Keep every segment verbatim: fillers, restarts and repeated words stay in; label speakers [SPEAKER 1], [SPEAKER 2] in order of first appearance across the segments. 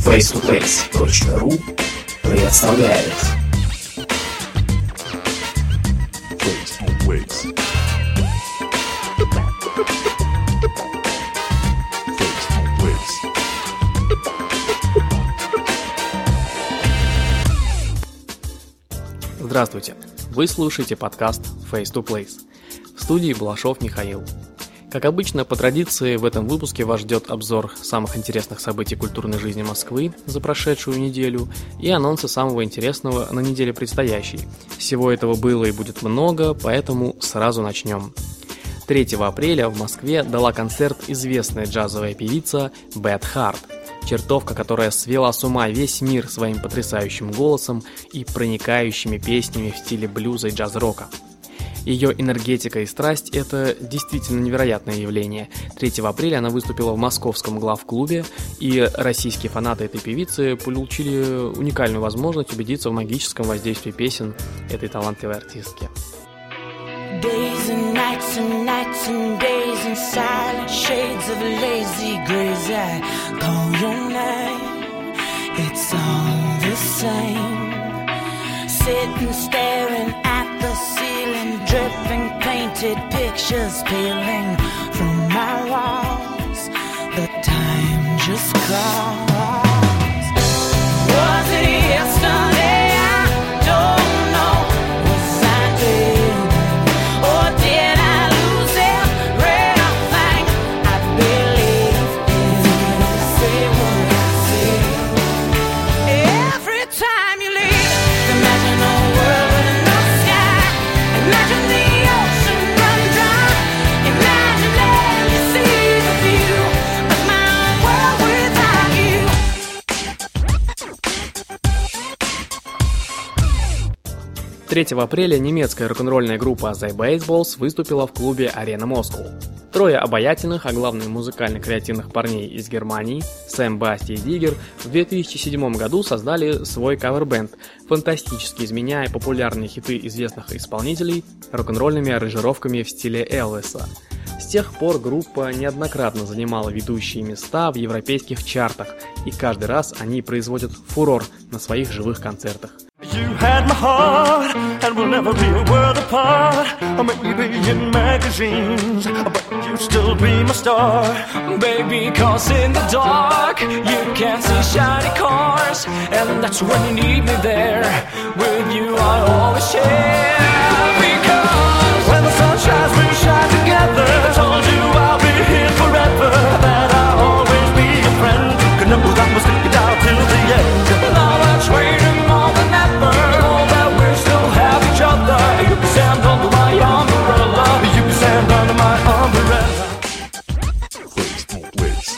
[SPEAKER 1] фейс ту фейс точка ру представляет
[SPEAKER 2] Face to Face. Face to Face.
[SPEAKER 3] Здравствуйте! Вы слушаете подкаст Face to Place. В студии Балашов Михаил. Как обычно, по традиции, в этом выпуске вас ждет обзор самых интересных событий культурной жизни Москвы за прошедшую неделю и анонсы самого интересного на неделе предстоящей. Всего этого было и будет много, поэтому сразу начнем. третьего апреля в Москве дала концерт известная джазовая певица Бет Харт. Чертовка, которая свела с ума весь мир своим потрясающим голосом и проникающими песнями в стиле блюза и джаз-рока. Ее энергетика и страсть – это действительно невероятное явление. третьего апреля она выступила в московском главклубе, и российские фанаты этой певицы получили уникальную возможность убедиться в магическом воздействии песен этой талантливой артистки.
[SPEAKER 4] Days and nights and nights and days in silent shades of lazy grays. I call your name, it's all the same. Sitting staring at the ceiling, dripping painted pictures peeling from my walls. The time just crawls. Was it yesterday? I don't know. Was I dreaming? Or did I lose everything I believed in? Say what I say. Every time you leave, imagine a world with no sky. Imagine the ocean run dry. Imagine that you see the view of my own world without you.
[SPEAKER 3] третьего апреля немецкая рок-н-ролльная группа The Baseballs выступила в клубе Arena Moscow. Трое обаятельных, а главное музыкально-креативных парней из Германии, Сэм, Басти и Диггер, в две тысячи седьмом году создали свой кавер-бэнд, фантастически изменяя популярные хиты известных исполнителей рок-н-ролльными аранжировками в стиле Элвиса. С тех пор группа неоднократно занимала ведущие места в европейских чартах, и каждый раз они производят фурор на своих живых концертах.
[SPEAKER 5] You had my heart, and we'll never be a world apart. Or maybe in magazines, but you still be my star.
[SPEAKER 4] Baby, cause in the dark you can't see shiny cars, and that's when you need me there. With you I always share. Because
[SPEAKER 5] When the sun shines, we'll shine together. I told you I'll be here forever, that I'll always be your friend. Could know that we'll stick it out till the end.
[SPEAKER 4] now that's waiting more than ever. Know that we still have each other. You can stand under my umbrella.
[SPEAKER 5] You can stand under my umbrella.
[SPEAKER 2] Face to Face.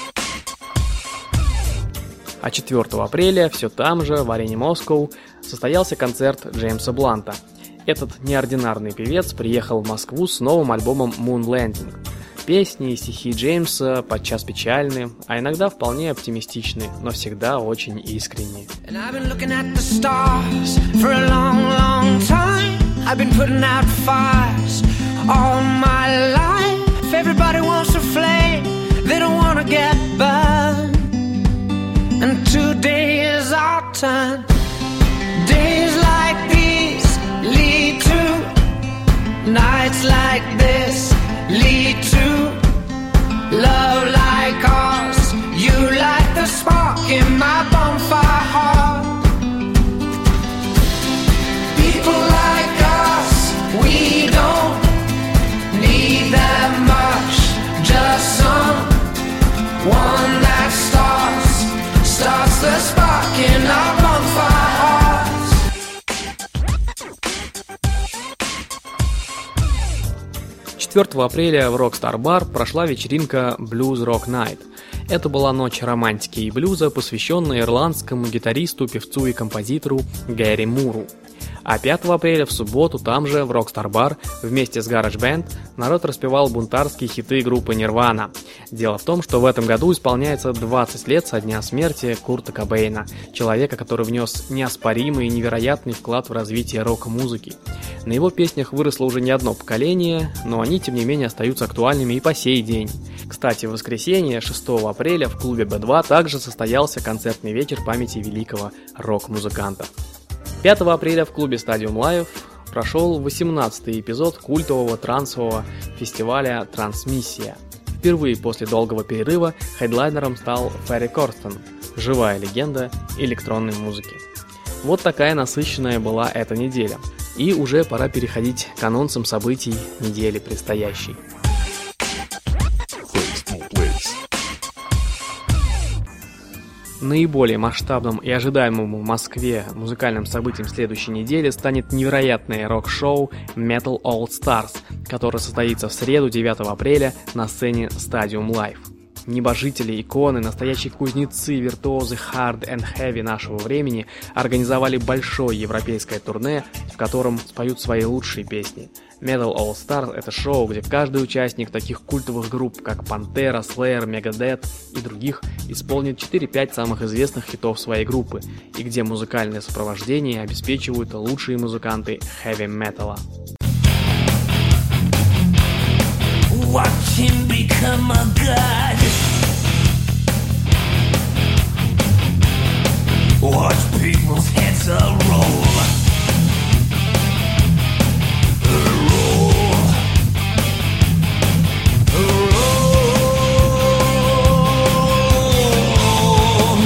[SPEAKER 3] А четвертого апреля все там же, в Арене Москоу, состоялся концерт Джеймса Бланта. Этот неординарный певец приехал в Москву с новым альбомом Moon Landing. Песни и стихи Джеймса подчас печальны, а иногда вполне оптимистичны, но всегда очень искренни.
[SPEAKER 4] And I've been looking at the stars for a long, long time. I've been putting out fires all my life. Everybody wants to flame, they don't want to get burned. And today is our time. Days like these lead to nights like this, lead to love like ours. You light the spark in my bonfire heart. People like us, we don't need that much. Just someone that starts, starts the spark in our bonfire hearts.
[SPEAKER 3] четвертого апреля в Rockstar Bar прошла вечеринка Blues Rock Night. Это была ночь романтики и блюза, посвященная ирландскому гитаристу, певцу и композитору Гэри Муру. А пятого апреля в субботу там же, в Rockstar Bar, вместе с Garage Band, народ распевал бунтарские хиты группы Nirvana. Дело в том, что в этом году исполняется двадцать лет со дня смерти Курта Кобейна, человека, который внес неоспоримый и невероятный вклад в развитие рок-музыки. На его песнях выросло уже не одно поколение, но они, тем не менее, остаются актуальными и по сей день. Кстати, в воскресенье, шестого апреля, в клубе би два также состоялся концертный вечер памяти великого рок-музыканта. пятого апреля в клубе Stadium Live прошел восемнадцатый эпизод культового трансового фестиваля «Трансмиссия». Впервые после долгого перерыва хедлайнером стал Ферри Корстен, живая легенда электронной музыки. Вот такая насыщенная была эта неделя. И уже пора переходить к анонсам событий недели предстоящей. Наиболее масштабным и ожидаемым в Москве музыкальным событием следующей недели станет невероятное рок-шоу Metal All Stars, которое состоится в среду, девятого апреля, на сцене Stadium Live. Небожители, иконы, настоящие кузнецы, виртуозы hard and heavy нашего времени организовали большое европейское турне, в котором споют свои лучшие песни. Metal All Stars — это шоу, где каждый участник таких культовых групп, как Pantera, Slayer, Megadeth и других, исполнит четыре-пять самых известных хитов своей группы, и где музыкальное сопровождение обеспечивают лучшие музыканты хэви-металла.
[SPEAKER 4] Watch him become a god. Watch people's heads a roll. Roll. Roll.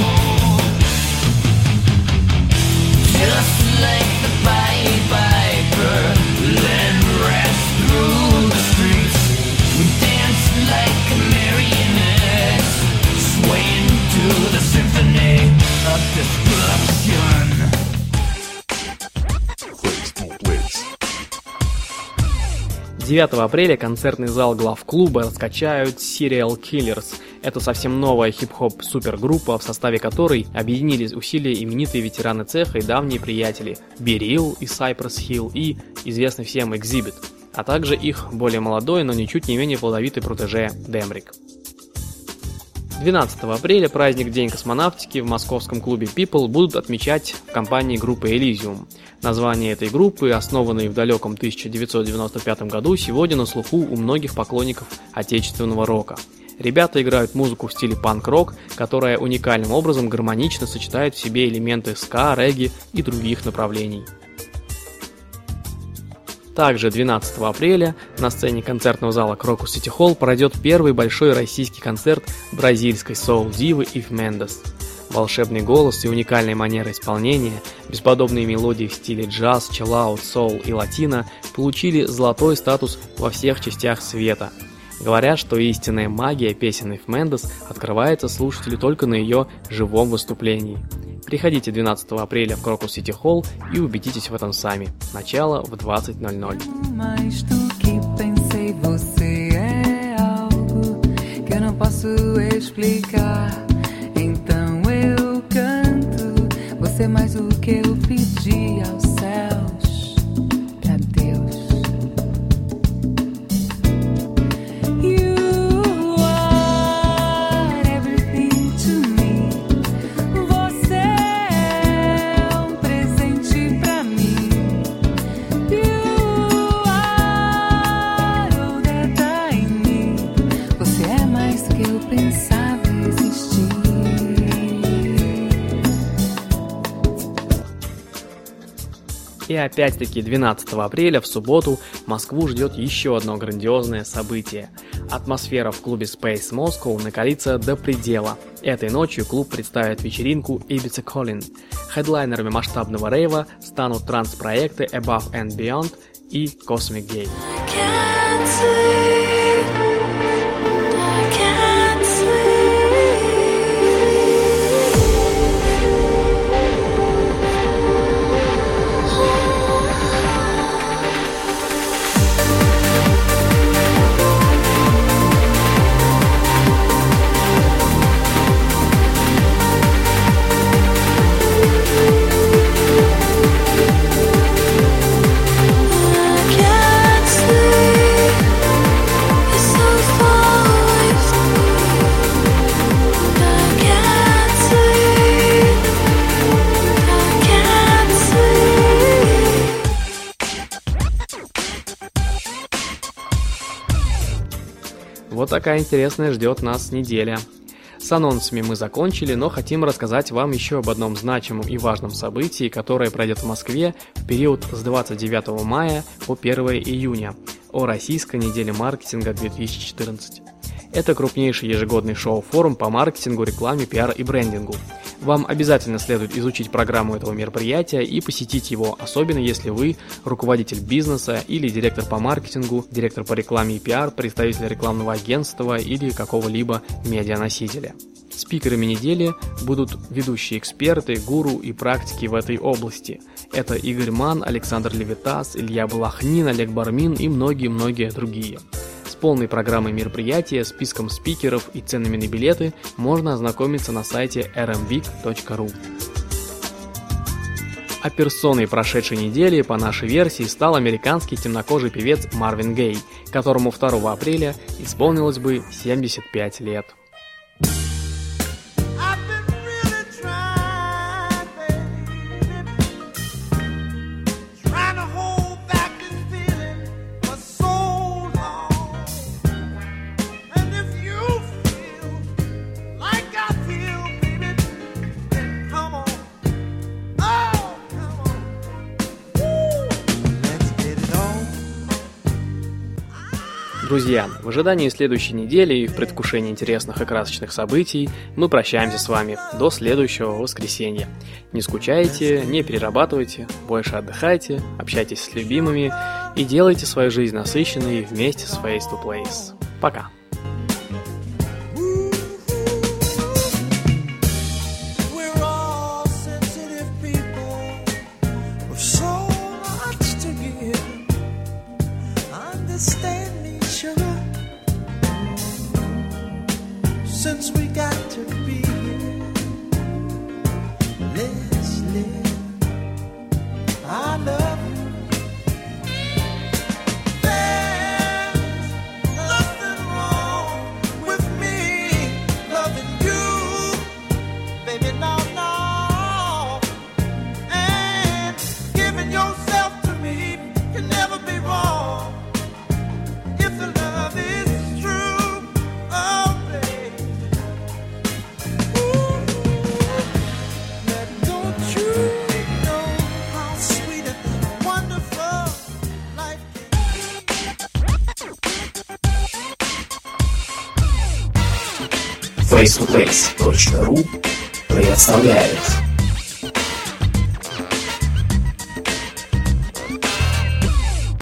[SPEAKER 4] Just like the Pied Piper, let rest through the streets. We dance like marionettes, swaying to the symphony of destruction.
[SPEAKER 3] девятого апреля концертный зал главклуба раскачают Serial Killers. Это совсем новая хип-хоп супергруппа, в составе которой объединились усилия именитые ветераны цеха и давние приятели Be-Real и Cypress Hill и известный всем Exhibit, а также их более молодой, но ничуть не менее плодовитый протеже Демрик. двенадцатого апреля праздник День космонавтики в московском клубе People будут отмечать в компании группы Elysium. Название этой группы, основанной в далеком тысяча девятьсот девяносто пятом году, сегодня на слуху у многих поклонников отечественного рока. Ребята играют музыку в стиле панк-рок, которая уникальным образом гармонично сочетает в себе элементы ска, регги и других направлений. Также двенадцатого апреля на сцене концертного зала Crocus City Hall пройдет первый большой российский концерт бразильской соул-дивы Ив Мендес. Волшебный голос и уникальная манера исполнения, бесподобные мелодии в стиле джаз, чиллаут, соул и латино получили золотой статус во всех частях света. Говорят, что истинная магия песен Ив Мендес открывается слушателю только на ее живом выступлении. Приходите двенадцатого апреля в Crocus City Hall и убедитесь в этом сами. Начало в двадцать ноль ноль.
[SPEAKER 6] Mas do que pensei, você é algo que eu não posso explicar. Então eu canto, você é mais do que eu pedi aos céus, pra Deus. You are everything to me. Você é um presente pra mim. You are all that I need. Você é mais do que eu pensava existir.
[SPEAKER 3] И опять-таки двенадцатого апреля в субботу Москву ждет еще одно грандиозное событие. Атмосфера в клубе Space Moscow накалится до предела. Этой ночью клуб представит вечеринку Ibiza Calling. Хедлайнерами масштабного рейва станут транс-проекты Above and Beyond и Cosmic Gate.
[SPEAKER 4] Can't sleep, I can't sleep.
[SPEAKER 3] Вот такая интересная ждет нас неделя. С анонсами мы закончили, но хотим рассказать вам еще об одном значимом и важном событии, которое пройдет в Москве в период с двадцать девятого мая по первого июня, о Российской неделе маркетинга две тысячи четырнадцать. Это крупнейший ежегодный шоу-форум по маркетингу, рекламе, пиар и брендингу. Вам обязательно следует изучить программу этого мероприятия и посетить его, особенно если вы руководитель бизнеса или директор по маркетингу, директор по рекламе и пиар, представитель рекламного агентства или какого-либо медианосителя. Спикерами недели будут ведущие эксперты, гуру и практики в этой области. Это Игорь Манн, Александр Левитас, Илья Балахнин, Олег Бармин и многие-многие другие. С полной программой мероприятия, списком спикеров и ценами на билеты можно ознакомиться на сайте эр эм вик точка ру. А персоной прошедшей недели, по нашей версии, стал американский темнокожий певец Марвин Гей, которому второго апреля исполнилось бы семьдесят пять лет. Друзья, в ожидании следующей недели и в предвкушении интересных и красочных событий мы прощаемся с вами до следующего воскресенья. Не скучайте, не перерабатывайте, больше отдыхайте, общайтесь с любимыми и делайте свою жизнь насыщенной вместе с Face to Place. Пока!
[SPEAKER 5] Since we got to be here, let's live. I love you. There's nothing wrong with me loving you, baby, no, no. And giving yourself to me can never be wrong if the love is true. Oh,
[SPEAKER 1] face to place точка ру представляет